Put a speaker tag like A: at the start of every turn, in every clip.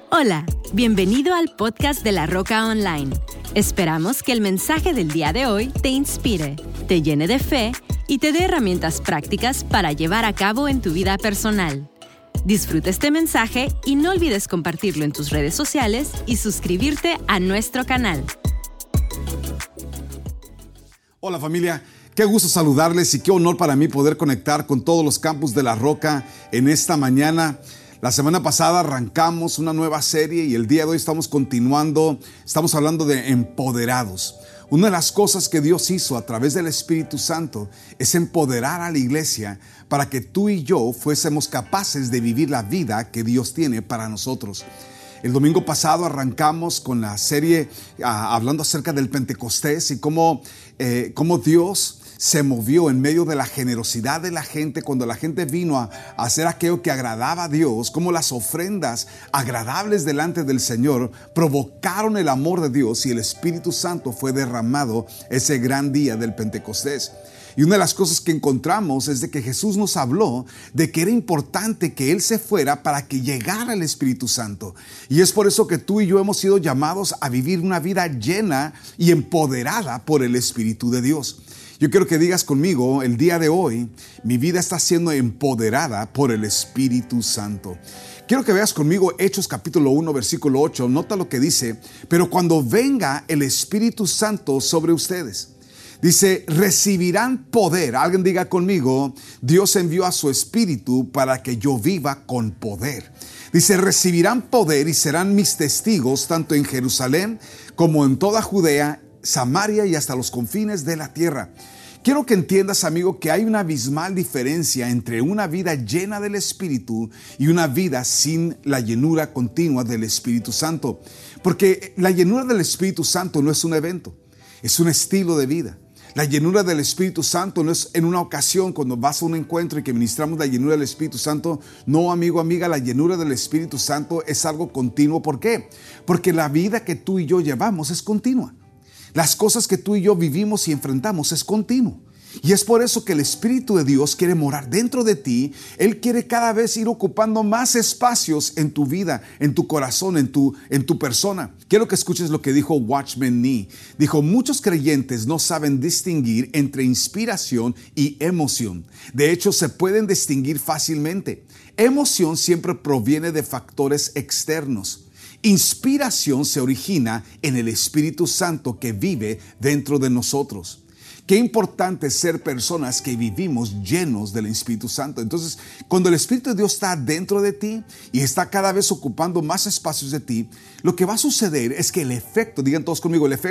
A: Hola, bienvenido al podcast de La Roca Online. Esperamos que el mensaje del día de hoy te inspire, te llene de fe y te dé herramientas prácticas para llevar a cabo en tu vida personal. Disfruta este mensaje y no olvides compartirlo en tus redes sociales y suscribirte a nuestro canal.
B: Hola familia, qué gusto saludarles y qué honor para mí poder conectar con todos los campus de La Roca en esta mañana. La semana pasada arrancamos una nueva serie y el día de hoy estamos continuando, estamos hablando de empoderados. Una de las cosas que Dios hizo a través del Espíritu Santo es empoderar a la iglesia para que tú y yo fuésemos capaces de vivir la vida que Dios tiene para nosotros. El domingo pasado arrancamos con la serie hablando acerca del Pentecostés y cómo Dios se movió en medio de la generosidad de la gente cuando la gente vino a hacer aquello que agradaba a Dios, cómo las ofrendas agradables delante del Señor provocaron el amor de Dios y el Espíritu Santo fue derramado ese gran día del Pentecostés. Y una de las cosas que encontramos es de que Jesús nos habló de que era importante que Él se fuera para que llegara el Espíritu Santo. Y es por eso que tú y yo hemos sido llamados a vivir una vida llena y empoderada por el Espíritu de Dios. Yo quiero que digas conmigo, el día de hoy, mi vida está siendo empoderada por el Espíritu Santo. Quiero que veas conmigo Hechos capítulo 1, versículo 8. Nota lo que dice, pero cuando venga el Espíritu Santo sobre ustedes. Dice, recibirán poder. Alguien diga conmigo, Dios envió a su Espíritu para que yo viva con poder. Dice, recibirán poder y serán mis testigos tanto en Jerusalén como en toda Judea, Samaria y hasta los confines de la tierra. Quiero que entiendas, amigo, que hay una abismal diferencia entre una vida llena del Espíritu y una vida sin la llenura continua del Espíritu Santo. Porque la llenura del Espíritu Santo no es un evento, es un estilo de vida. La llenura del Espíritu Santo no es en una ocasión cuando vas a un encuentro y que ministramos la llenura del Espíritu Santo. No, amigo, amiga, la llenura del Espíritu Santo es algo continuo. ¿Por qué? Porque la vida que tú y yo llevamos es continua. Las cosas que tú y yo vivimos y enfrentamos es continuo. Y es por eso que el Espíritu de Dios quiere morar dentro de ti. Él quiere cada vez ir ocupando más espacios en tu vida, en tu corazón, en tu persona. Quiero que escuches lo que dijo Watchman Nee. Dijo, muchos creyentes no saben distinguir entre inspiración y emoción. De hecho, se pueden distinguir fácilmente. Emoción siempre proviene de factores externos. Inspiración se origina en el Espíritu Santo que vive dentro de nosotros. Qué importante es ser personas que vivimos llenos del Espíritu Santo. Entonces, cuando el Espíritu de Dios está dentro de ti y está cada vez ocupando más espacios de ti, lo que va a suceder es que el efecto, digan todos conmigo, el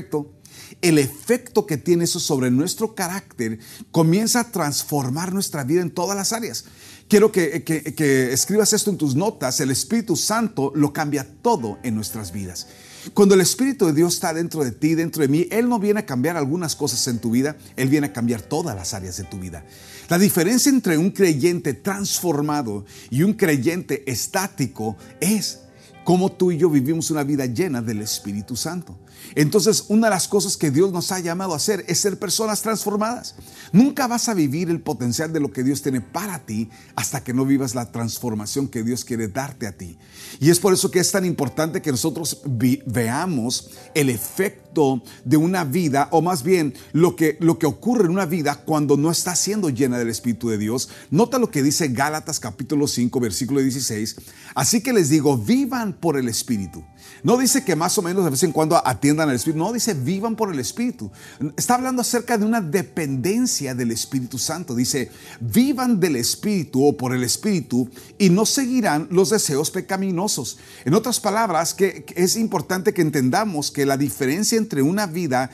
B: efecto que tiene eso sobre nuestro carácter comienza a transformar nuestra vida en todas las áreas. Quiero que escribas esto en tus notas. El Espíritu Santo lo cambia todo en nuestras vidas. Cuando el Espíritu de Dios está dentro de ti, dentro de mí, Él no viene a cambiar algunas cosas en tu vida, Él viene a cambiar todas las áreas de tu vida. La diferencia entre un creyente transformado y un creyente estático es cómo tú y yo vivimos una vida llena del Espíritu Santo. Entonces, una de las cosas que Dios nos ha llamado a hacer es ser personas transformadas. Nunca vas a vivir el potencial de lo que Dios tiene para ti hasta que no vivas la transformación que Dios quiere darte a ti. Y es por eso que es tan importante que nosotros veamos el efecto de una vida, o más bien lo que ocurre en una vida cuando no está siendo llena del Espíritu de Dios. Nota lo que dice Gálatas capítulo 5, versículo 16. Así que les digo, vivan por el Espíritu. No dice que más o menos de vez en cuando atiendan al Espíritu. No, dice vivan por el Espíritu. Está hablando acerca de una dependencia del Espíritu Santo. Dice, vivan del Espíritu o por el Espíritu y no seguirán los deseos pecaminosos. En otras palabras, que es importante que entendamos que la diferencia entre una vida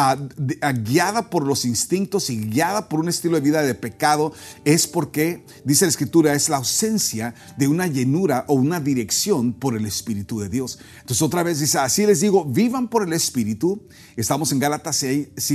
B: guiada por los instintos y guiada por un estilo de vida de pecado es porque, dice la Escritura, es la ausencia de una llenura o una dirección por el Espíritu de Dios. Entonces otra vez dice, así les digo, vivan por el Espíritu. Estamos en Gálatas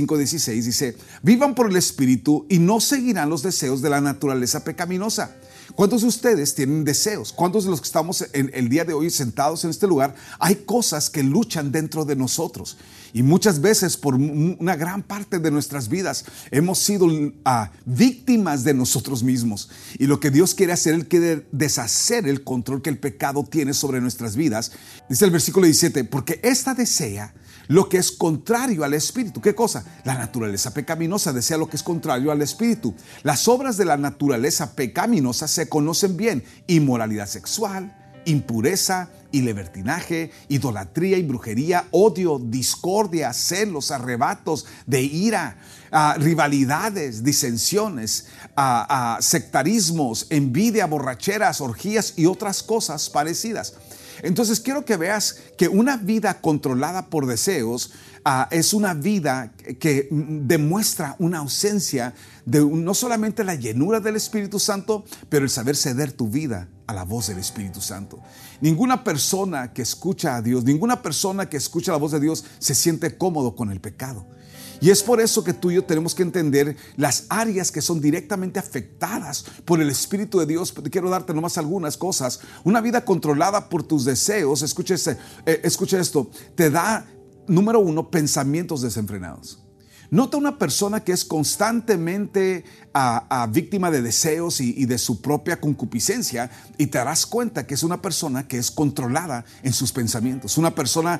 B: 5:16, dice, vivan por el Espíritu y no seguirán los deseos de la naturaleza pecaminosa. ¿Cuántos de ustedes tienen deseos? ¿Cuántos de los que estamos el día de hoy sentados en este lugar, hay cosas que luchan dentro de nosotros? Y muchas veces por una gran parte de nuestras vidas hemos sido víctimas de nosotros mismos. Y lo que Dios quiere hacer, Él quiere deshacer el control que el pecado tiene sobre nuestras vidas. Dice el versículo 17, porque esta desea lo que es contrario al Espíritu. ¿Qué cosa? La naturaleza pecaminosa desea lo que es contrario al Espíritu. Las obras de la naturaleza pecaminosa se conocen bien: inmoralidad sexual, impureza y libertinaje, idolatría y brujería, odio, discordia, celos, arrebatos de ira, rivalidades, disensiones, sectarismos, envidia, borracheras, orgías y otras cosas parecidas. Entonces quiero que veas que una vida controlada por deseos es una vida que demuestra una ausencia de no solamente la llenura del Espíritu Santo, pero el saber ceder tu vida a la voz del Espíritu Santo. Ninguna persona que escucha a Dios, ninguna persona que escucha la voz de Dios se siente cómodo con el pecado. Y es por eso que tú y yo tenemos que entender las áreas que son directamente afectadas por el Espíritu de Dios. Quiero darte nomás algunas cosas. Una vida controlada por tus deseos, escucha esto, te da, número uno, pensamientos desenfrenados. Nota una persona que es constantemente víctima de deseos y de su propia concupiscencia, y te darás cuenta que es una persona que es controlada en sus pensamientos. Una persona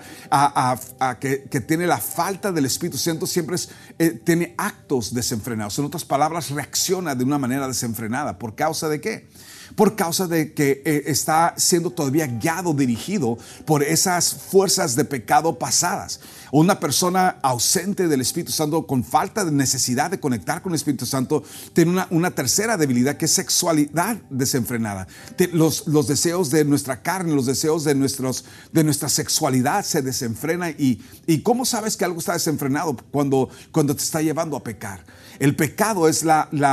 B: que tiene la falta del Espíritu Santo siempre tiene actos desenfrenados. En otras palabras, reacciona de una manera desenfrenada. ¿Por causa de qué? Por causa de que está siendo todavía guiado, dirigido por esas fuerzas de pecado pasadas. Una persona ausente del Espíritu Santo, con falta de necesidad de conectar con el Espíritu Santo, tiene una tercera debilidad, que es sexualidad desenfrenada. Los deseos de nuestra carne, los deseos de nuestra sexualidad se desenfrenan. ¿Y cómo sabes que algo está desenfrenado? Cuando te está llevando a pecar. El pecado es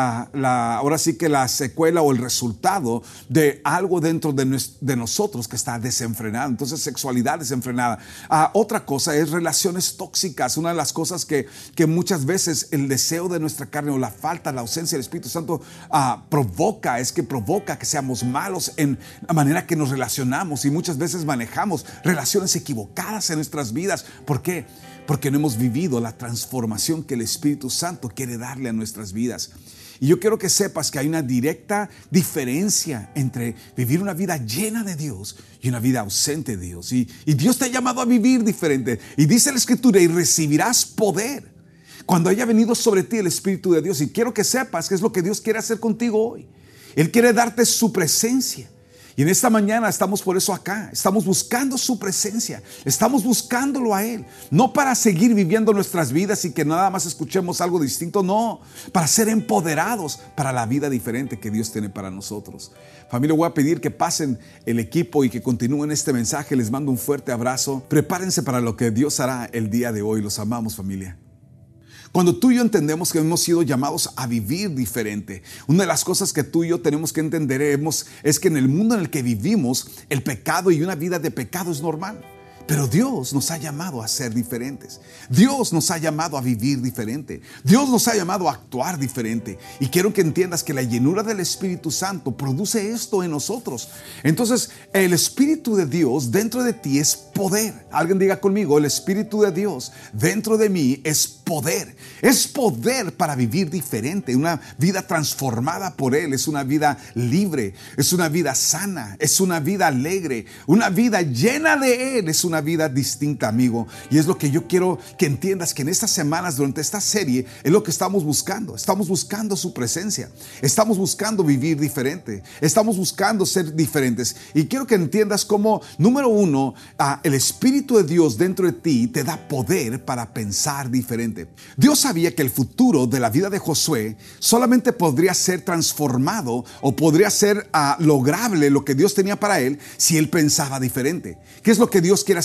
B: ahora sí que la secuela o el resultado de algo dentro de nosotros que está desenfrenado. Entonces, sexualidad desenfrenada. Otra cosa es relaciones tóxicas. Una de las cosas que muchas veces el deseo de nuestra carne o la falta, la ausencia del Espíritu Santo provoca que seamos malos en la manera que nos relacionamos, y muchas veces manejamos relaciones equivocadas en nuestras vidas. ¿Por qué? Porque no hemos vivido la transformación que el Espíritu Santo quiere darle a nuestras vidas. Y yo quiero que sepas que hay una directa diferencia entre vivir una vida llena de Dios y una vida ausente de Dios. Y Dios te ha llamado a vivir diferente. Y dice la Escritura, y recibirás poder cuando haya venido sobre ti el Espíritu de Dios. Y quiero que sepas que es lo que Dios quiere hacer contigo hoy. Él quiere darte su presencia. Y en esta mañana estamos por eso acá. Estamos buscando su presencia. Estamos buscándolo a Él. No para seguir viviendo nuestras vidas y que nada más escuchemos algo distinto. No, para ser empoderados para la vida diferente que Dios tiene para nosotros. Familia, voy a pedir que pasen el equipo y que continúen este mensaje. Les mando un fuerte abrazo. Prepárense para lo que Dios hará el día de hoy. Los amamos, familia. Cuando tú y yo entendemos que hemos sido llamados a vivir diferente, una de las cosas que tú y yo tenemos que entender es que en el mundo en el que vivimos, el pecado y una vida de pecado es normal. Pero Dios nos ha llamado a ser diferentes. Dios nos ha llamado a vivir diferente. Dios nos ha llamado a actuar diferente. Y quiero que entiendas que la llenura del Espíritu Santo produce esto en nosotros. Entonces, el Espíritu de Dios dentro de ti es poder. Alguien diga conmigo, el Espíritu de Dios dentro de mí es poder. Es poder para vivir diferente. Una vida transformada por Él. Es una vida libre. Es una vida sana. Es una vida alegre. Una vida llena de Él. Es una vida distinta, amigo. Y es lo que yo quiero que entiendas, que en estas semanas, durante esta serie, es lo que estamos buscando. Estamos buscando su presencia. Estamos buscando vivir diferente. Estamos buscando ser diferentes. Y quiero que entiendas cómo, número uno, el Espíritu de Dios dentro de ti te da poder para pensar diferente. Dios sabía que el futuro de la vida de Josué solamente podría ser transformado o podría ser lograble lo que Dios tenía para él si él pensaba diferente. ¿Qué es lo que Dios quiere hacer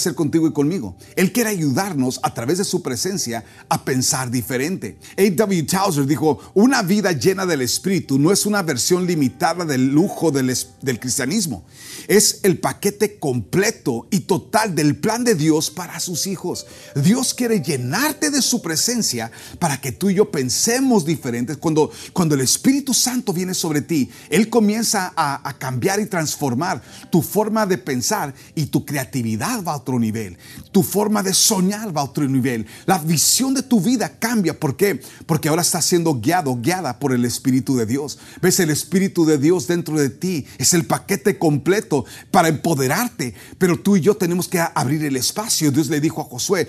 B: hacer contigo y conmigo. Él quiere ayudarnos a través de su presencia a pensar diferente. A.W. Tozer dijo, una vida llena del Espíritu no es una versión limitada del lujo del cristianismo. Es el paquete completo y total del plan de Dios para sus hijos. Dios quiere llenarte de su presencia para que tú y yo pensemos diferentes. Cuando el Espíritu Santo viene sobre ti, Él comienza a cambiar y transformar tu forma de pensar, y tu creatividad va a otro nivel. Tu forma de soñar va a otro nivel. La visión de tu vida cambia. ¿Por qué? Porque ahora estás siendo guiada por el Espíritu de Dios. ¿Ves? El Espíritu de Dios dentro de ti es el paquete completo para empoderarte. Pero tú y yo tenemos que abrir el espacio. Dios le dijo a Josué,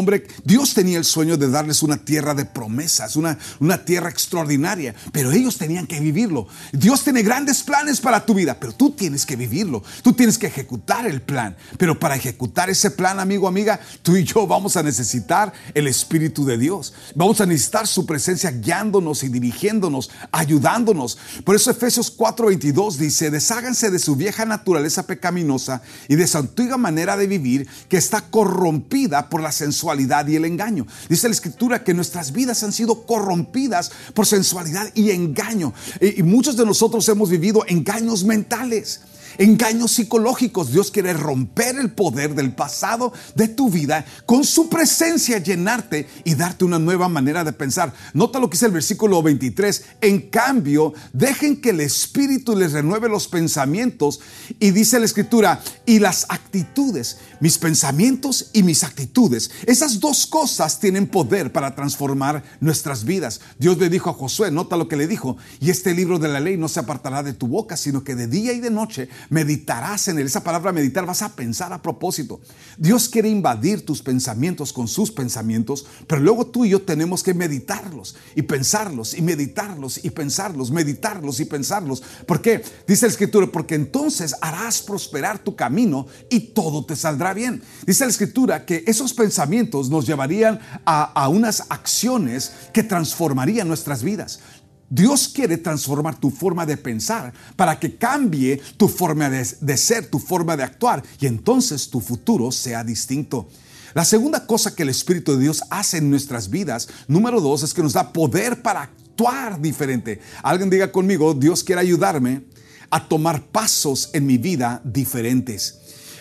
B: Dios tenía el sueño de darles una tierra de promesas, una tierra extraordinaria, pero ellos tenían que vivirlo. Dios tiene grandes planes para tu vida, pero tú tienes que vivirlo. Tú tienes que ejecutar el plan. Pero para ejecutar ese plan, amigo, amiga, tú y yo vamos a necesitar el Espíritu de Dios. Vamos a necesitar su presencia guiándonos y dirigiéndonos, ayudándonos. Por eso Efesios 4:22 dice, desháganse de su vieja naturaleza pecaminosa y de su antigua manera de vivir que está corrompida por la sensualidad y el engaño. Dice la Escritura que nuestras vidas han sido corrompidas por sensualidad y engaño. Y muchos de nosotros hemos vivido engaños mentales, engaños psicológicos. Dios quiere romper el poder del pasado de tu vida, con su presencia llenarte y darte una nueva manera de pensar. Nota lo que dice el versículo 23. En cambio, dejen que el Espíritu les renueve los pensamientos. Y dice la Escritura, y las actitudes, mis pensamientos y mis actitudes. Esas dos cosas tienen poder para transformar nuestras vidas. Dios le dijo a Josué, nota lo que le dijo, y este libro de la ley no se apartará de tu boca, sino que de día y de noche meditarás en él. Esa palabra meditar, vas a pensar a propósito. Dios quiere invadir tus pensamientos con sus pensamientos, pero luego tú y yo tenemos que meditarlos y pensarlos y meditarlos y pensarlos, meditarlos y pensarlos. ¿Por qué? Dice la Escritura, porque entonces harás prosperar tu camino y todo te saldrá bien. Dice la Escritura que esos pensamientos nos llevarían a unas acciones que transformarían nuestras vidas. Dios quiere transformar tu forma de pensar para que cambie tu forma de ser, tu forma de actuar, y entonces tu futuro sea distinto. La segunda cosa que el Espíritu de Dios hace en nuestras vidas, número 2, es que nos da poder para actuar diferente. Alguien diga conmigo, Dios quiere ayudarme a tomar pasos en mi vida diferentes.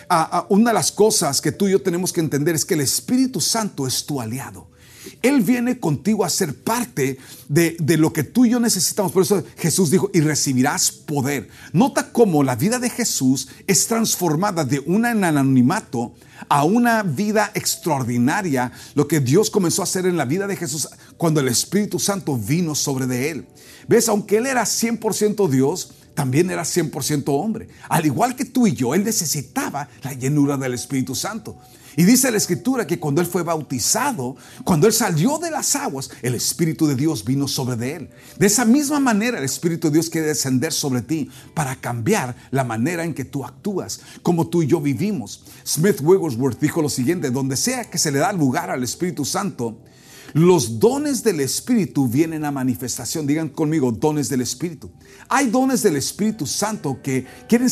B: Una de las cosas que tú y yo tenemos que entender es que el Espíritu Santo es tu aliado. Él viene contigo a ser parte de lo que tú y yo necesitamos. Por eso Jesús dijo, y recibirás poder. Nota cómo la vida de Jesús es transformada de una en anonimato a una vida extraordinaria. Lo que Dios comenzó a hacer en la vida de Jesús cuando el Espíritu Santo vino sobre de él. ¿Ves? Aunque él era 100% Dios, también era 100% hombre. Al igual que tú y yo, él necesitaba la llenura del Espíritu Santo. Y dice la Escritura que cuando él fue bautizado, cuando él salió de las aguas, el Espíritu de Dios vino sobre de él. De esa misma manera, el Espíritu de Dios quiere descender sobre ti para cambiar la manera en que tú actúas, como tú y yo vivimos. Smith Wigglesworth dijo lo siguiente: donde sea que se le da lugar al Espíritu Santo, los dones del Espíritu vienen a manifestación. Digan conmigo, dones del Espíritu. Hay dones del Espíritu Santo que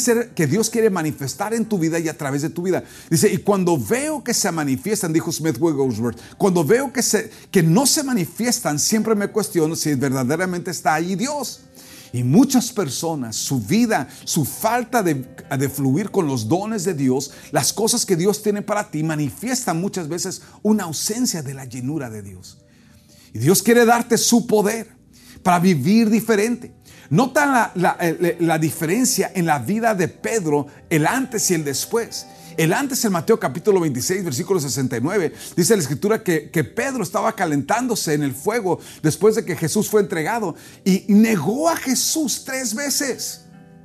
B: Dios quiere manifestar en tu vida y a través de tu vida. Dice, y cuando veo que se manifiestan, dijo Smith Wigglesworth, cuando veo que no se manifiestan, siempre me cuestiono si verdaderamente está ahí Dios. Y muchas personas, su vida, su falta de fluir con los dones de Dios, las cosas que Dios tiene para ti, manifiestan muchas veces una ausencia de la llenura de Dios. Y Dios quiere darte su poder para vivir diferente. Nota la diferencia en la vida de Pedro, el antes y el después. El antes, en Mateo capítulo 26, versículo 69, dice la Escritura que Pedro estaba calentándose en el fuego después de que Jesús fue entregado y negó a Jesús 3 veces.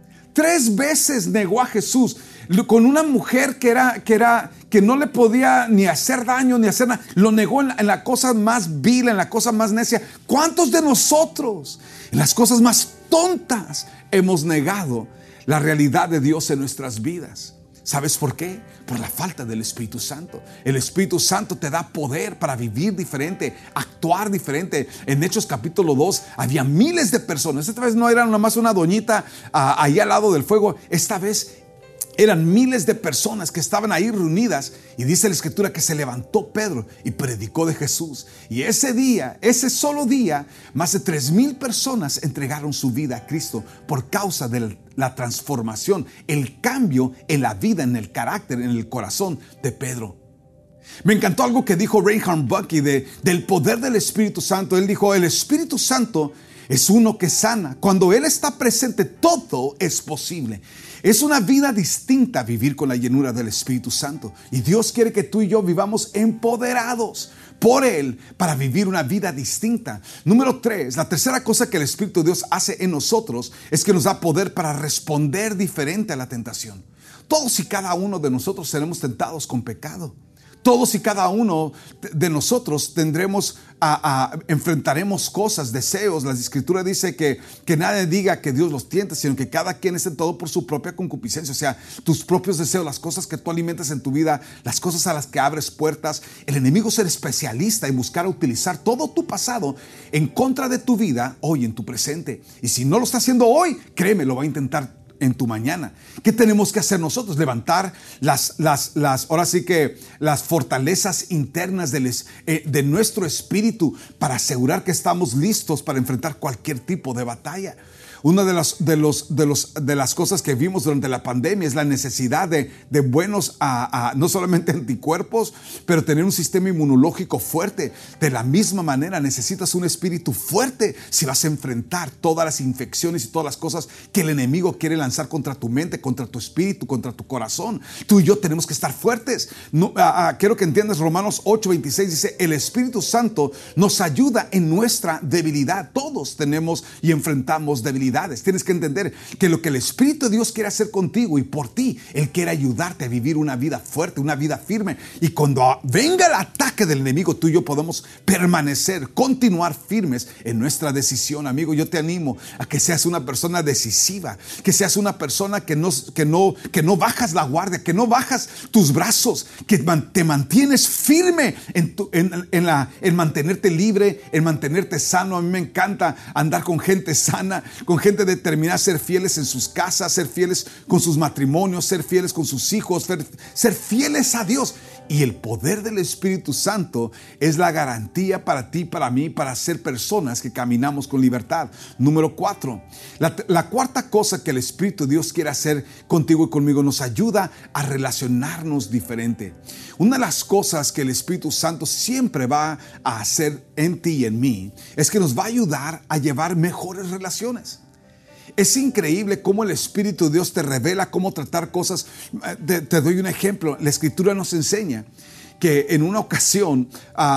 B: 3 veces negó a Jesús con una mujer que no le podía ni hacer daño ni hacer nada. Lo negó en la cosa más vil, en la cosa más necia. ¿Cuántos de nosotros en las cosas más tontas hemos negado la realidad de Dios en nuestras vidas? ¿Sabes por qué? Por la falta del Espíritu Santo. El Espíritu Santo te da poder para vivir diferente, actuar diferente. En Hechos capítulo 2 había miles de personas. Esta vez no era nomás una doñita ahí al lado del fuego. Esta vez Eran miles de personas que estaban ahí reunidas y dice la escritura que se levantó Pedro y predicó de Jesús. Y ese día, ese solo día, más de 3,000 personas entregaron su vida a Cristo por causa de la transformación, el cambio en la vida, en el carácter, en el corazón de Pedro. Me encantó algo que dijo Reinhard Bonnke del poder del Espíritu Santo. Él dijo, el Espíritu Santo es uno que sana. Cuando Él está presente, todo es posible. Es una vida distinta vivir con la llenura del Espíritu Santo. Y Dios quiere que tú y yo vivamos empoderados por Él para vivir una vida distinta. Número 3, la tercera cosa que el Espíritu de Dios hace en nosotros es que nos da poder para responder diferente a la tentación. Todos y cada uno de nosotros seremos tentados con pecado. Todos y cada uno de nosotros enfrentaremos cosas, deseos. La Escritura dice que nadie diga que Dios los tienta, sino que cada quien es tentado por su propia concupiscencia. O sea, tus propios deseos, las cosas que tú alimentas en tu vida, las cosas a las que abres puertas. El enemigo es el especialista en buscar utilizar todo tu pasado en contra de tu vida hoy en tu presente. Y si no lo está haciendo hoy, créeme, lo va a intentar en tu mañana. ¿Qué tenemos que hacer nosotros? Levantar ahora sí que las fortalezas internas de nuestro espíritu para asegurar que estamos listos para enfrentar cualquier tipo de batalla. Una de las cosas que vimos durante la pandemia es la necesidad de buenos, no solamente anticuerpos, pero tener un sistema inmunológico fuerte. De la misma manera necesitas un espíritu fuerte si vas a enfrentar todas las infecciones y todas las cosas que el enemigo quiere lanzar contra tu mente, contra tu espíritu, contra tu corazón. Tú y yo tenemos que estar fuertes. Quiero que entiendas, Romanos 8:26 dice, el Espíritu Santo nos ayuda en nuestra debilidad. Todos tenemos y enfrentamos debilidades. Tienes que entender que lo que el Espíritu de Dios quiere hacer contigo y por ti, Él quiere ayudarte a vivir una vida fuerte, una vida firme. Y cuando venga el ataque del enemigo, tú y yo podemos permanecer, continuar firmes en nuestra decisión. Amigo, yo te animo a que seas una persona decisiva, que seas una persona que no bajas la guardia, que no bajas tus brazos, que te mantienes firme en mantenerte libre, en mantenerte sano. A mí me encanta andar con gente sana, con gente determinada a ser fieles en sus casas, ser fieles con sus matrimonios, ser fieles con sus hijos, ser fieles a Dios. Y el poder del Espíritu Santo es la garantía para ti, para mí, para ser personas que caminamos con libertad. Número 4, la cuarta cosa que el Espíritu de Dios quiere hacer contigo y conmigo, nos ayuda a relacionarnos diferente. Una de las cosas que el Espíritu Santo siempre va a hacer en ti y en mí es que nos va a ayudar a llevar mejores relaciones. Es increíble cómo el Espíritu de Dios te revela cómo tratar cosas. Te doy un ejemplo. La Escritura nos enseña que en una ocasión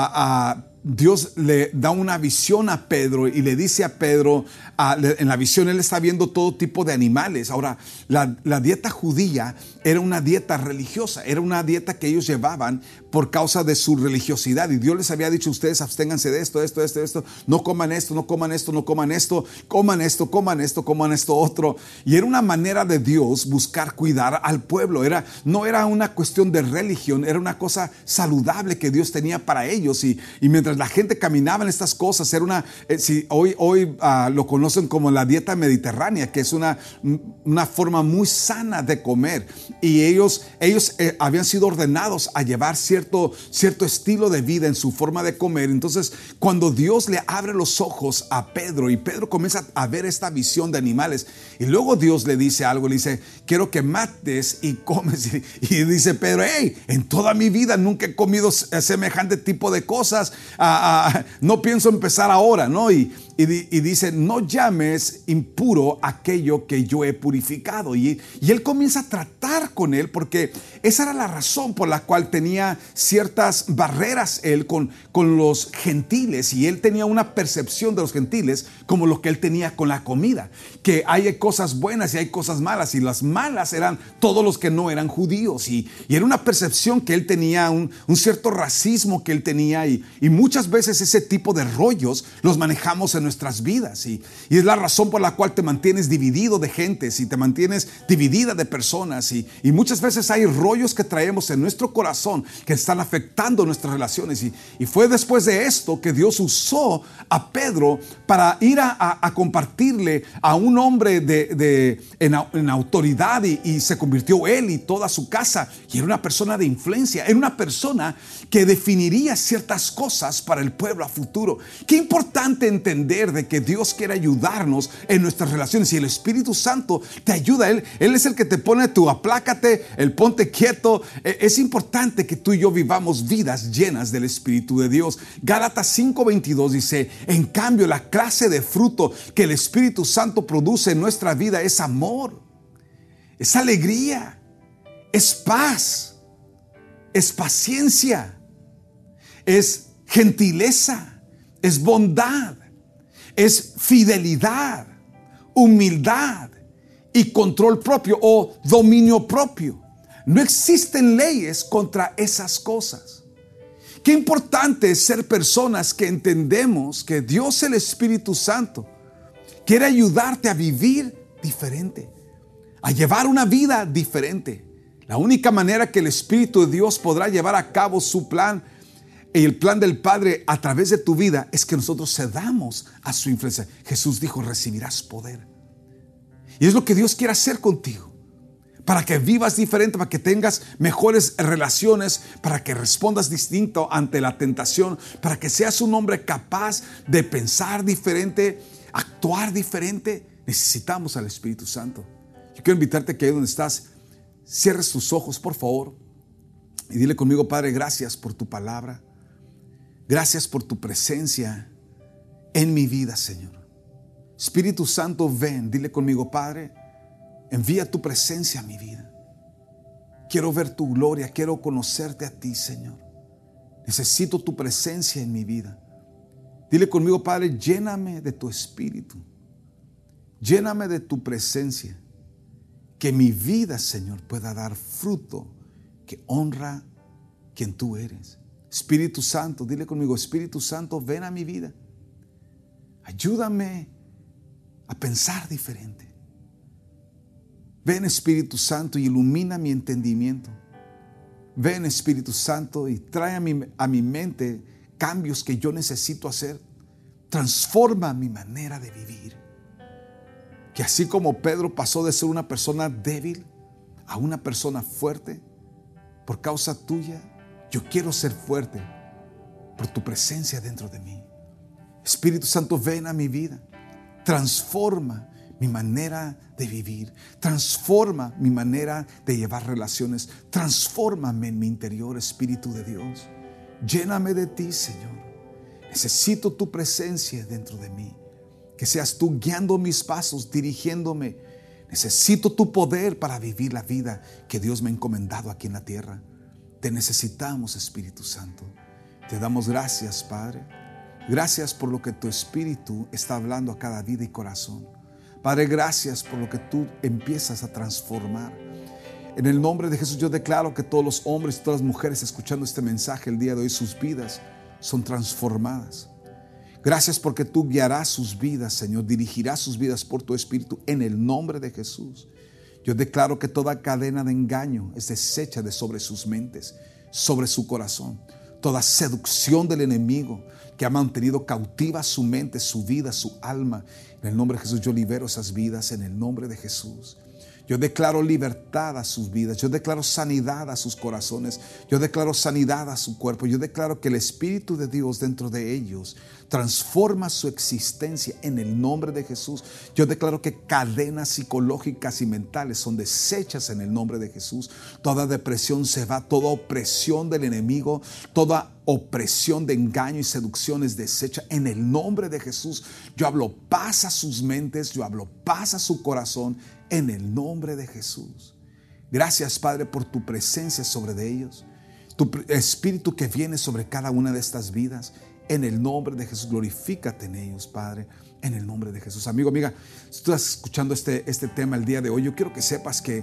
B: Dios le da una visión a Pedro y le dice a Pedro, en la visión él está viendo todo tipo de animales. Ahora, la dieta judía era una dieta religiosa, era una dieta que ellos llevaban por causa de su religiosidad. Y Dios les había dicho, ustedes absténganse de esto, no coman esto, no coman esto, no coman esto, coman esto, coman esto, coman esto otro. Y era una manera de Dios buscar cuidar al pueblo. No era una cuestión de religión, era una cosa saludable que Dios tenía para ellos. Y mientras la gente caminaba en estas cosas, era hoy lo conocen como la dieta mediterránea, que es una forma muy sana de comer. Y ellos habían sido ordenados a llevar cierto estilo de vida en su forma de comer. Entonces, cuando Dios le abre los ojos a Pedro y Pedro comienza a ver esta visión de animales, y luego Dios le dice algo, le dice, quiero que mates y comes. Y dice Pedro, hey, en toda mi vida nunca he comido semejante tipo de cosas. No pienso empezar ahora, ¿no? Y dice, no llames impuro aquello que yo he purificado. Y él comienza a tratar con él, porque esa era la razón por la cual tenía ciertas barreras él con los gentiles, y él tenía una percepción de los gentiles como lo que él tenía con la comida, que hay cosas buenas y hay cosas malas, y las malas eran todos los que no eran judíos, y era una percepción que él tenía, un cierto racismo que él tenía, y muchas veces ese tipo de rollos los manejamos en nuestras vidas. Y es la razón por la cual te mantienes dividido de gentes y te mantienes dividida de personas. Y muchas veces hay rollos que traemos en nuestro corazón que están afectando nuestras relaciones. Y fue después de esto que Dios usó a Pedro para ir a compartirle a un hombre en autoridad, y se convirtió él y toda su casa. Y era una persona de influencia, era una persona que definiría ciertas cosas para el pueblo a futuro. Qué importante entender de que Dios quiere ayudarnos en nuestras relaciones, y el Espíritu Santo te ayuda. Él es el que te pone tu aplácate, el ponte quieto. Es importante que tú y yo vivamos vidas llenas del Espíritu de Dios. Gálatas 5:22 dice: en cambio, la clase de fruto que el Espíritu Santo produce en nuestra vida es amor, es alegría, es paz, es paciencia, es gentileza, es bondad, es fidelidad, humildad y control propio o dominio propio. No existen leyes contra esas cosas. Qué importante es ser personas que entendemos que Dios, el Espíritu Santo, quiere ayudarte a vivir diferente, a llevar una vida diferente. La única manera que el Espíritu de Dios podrá llevar a cabo su plan y el plan del Padre a través de tu vida es que nosotros cedamos a su influencia. Jesús dijo: recibirás poder. Y es lo que Dios quiere hacer contigo, para que vivas diferente, para que tengas mejores relaciones, para que respondas distinto ante la tentación, para que seas un hombre capaz de pensar diferente, actuar diferente. Necesitamos al Espíritu Santo. Yo quiero invitarte que ahí donde estás, cierres tus ojos, por favor, y dile conmigo: Padre, gracias por tu palabra. Gracias por tu presencia en mi vida, Señor. Espíritu Santo, ven. Dile conmigo: Padre, envía tu presencia a mi vida. Quiero ver tu gloria, quiero conocerte a ti, Señor. Necesito tu presencia en mi vida. Dile conmigo: Padre, lléname de tu Espíritu. Lléname de tu presencia. Que mi vida, Señor, pueda dar fruto que honra quien tú eres. Espíritu Santo, dile conmigo: Espíritu Santo, ven a mi vida. Ayúdame a pensar diferente. Ven, Espíritu Santo, y ilumina mi entendimiento. Ven, Espíritu Santo, y trae a mi mente cambios que yo necesito hacer. Transforma mi manera de vivir. Que así como Pedro pasó de ser una persona débil a una persona fuerte, por causa tuya, yo quiero ser fuerte por tu presencia dentro de mí. Espíritu Santo, ven a mi vida. Transforma mi manera de vivir. Transforma mi manera de llevar relaciones. Transfórmame en mi interior, Espíritu de Dios. Lléname de ti, Señor. Necesito tu presencia dentro de mí. Que seas tú guiando mis pasos, dirigiéndome. Necesito tu poder para vivir la vida que Dios me ha encomendado aquí en la tierra. Te necesitamos, Espíritu Santo. Te damos gracias, Padre. Gracias por lo que tu Espíritu está hablando a cada vida y corazón. Padre, gracias por lo que tú empiezas a transformar. En el nombre de Jesús yo declaro que todos los hombres y todas las mujeres escuchando este mensaje el día de hoy, sus vidas son transformadas. Gracias porque tú guiarás sus vidas, Señor, dirigirás sus vidas por tu Espíritu en el nombre de Jesús. Yo declaro que toda cadena de engaño es deshecha de sobre sus mentes, sobre su corazón. Toda seducción del enemigo que ha mantenido cautiva su mente, su vida, su alma. En el nombre de Jesús yo libero esas vidas en el nombre de Jesús. Yo declaro libertad a sus vidas. Yo declaro sanidad a sus corazones. Yo declaro sanidad a su cuerpo. Yo declaro que el Espíritu de Dios dentro de ellos transforma su existencia en el nombre de Jesús. Yo declaro que cadenas psicológicas y mentales son deshechas en el nombre de Jesús. Toda depresión se va, toda opresión del enemigo, toda opresión de engaño y seducción es deshecha en el nombre de Jesús. Yo hablo paz a sus mentes, yo hablo paz a su corazón en el nombre de Jesús. Gracias, Padre, por tu presencia sobre de ellos, tu Espíritu que viene sobre cada una de estas vidas. En el nombre de Jesús, glorifícate en ellos, Padre, en el nombre de Jesús. Amigo, amiga, si tú estás escuchando este tema el día de hoy, yo quiero que sepas que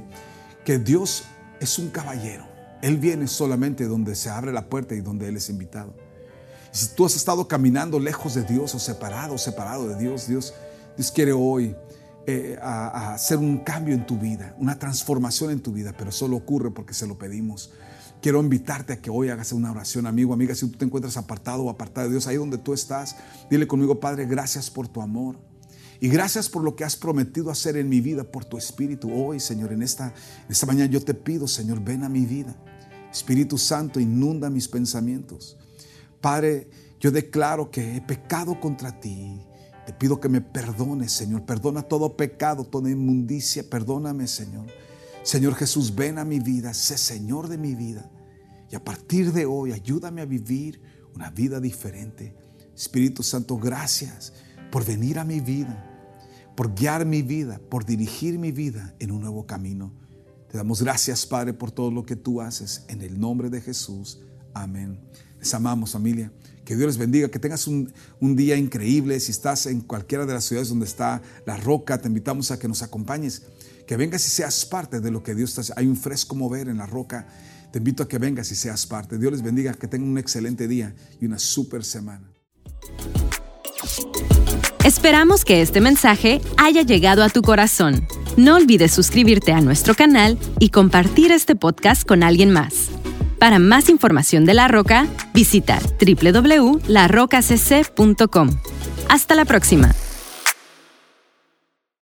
B: Dios es un caballero. Él viene solamente donde se abre la puerta y donde Él es invitado. Si tú has estado caminando lejos de Dios o separado de Dios, Dios quiere hoy a hacer un cambio en tu vida, una transformación en tu vida, pero solo ocurre porque se lo pedimos. Quiero invitarte a que hoy hagas una oración, amigo, amiga. Si tú te encuentras apartado o apartada de Dios, ahí donde tú estás, dile conmigo: Padre, gracias por tu amor y gracias por lo que has prometido hacer en mi vida por tu Espíritu. Hoy, Señor, en esta mañana yo te pido, Señor, ven a mi vida. Espíritu Santo, inunda mis pensamientos. Padre, yo declaro que he pecado contra ti. Te pido que me perdones, Señor. Perdona todo pecado, toda inmundicia. Perdóname, Señor. Señor Jesús, ven a mi vida, sé Señor de mi vida. Y a partir de hoy, ayúdame a vivir una vida diferente. Espíritu Santo, gracias por venir a mi vida, por guiar mi vida, por dirigir mi vida en un nuevo camino. Te damos gracias, Padre, por todo lo que tú haces. En el nombre de Jesús. Amén. Les amamos, familia. Que Dios les bendiga, que tengas un día increíble. Si estás en cualquiera de las ciudades donde está La Roca, te invitamos a que nos acompañes. Que vengas y seas parte de lo que Dios está haciendo. Hay un fresco mover en La Roca. Te invito a que vengas y seas parte. Dios les bendiga, que tengan un excelente día y una súper semana.
A: Esperamos que este mensaje haya llegado a tu corazón. No olvides suscribirte a nuestro canal y compartir este podcast con alguien más. Para más información de La Roca, visita www.larocacc.com. Hasta la próxima.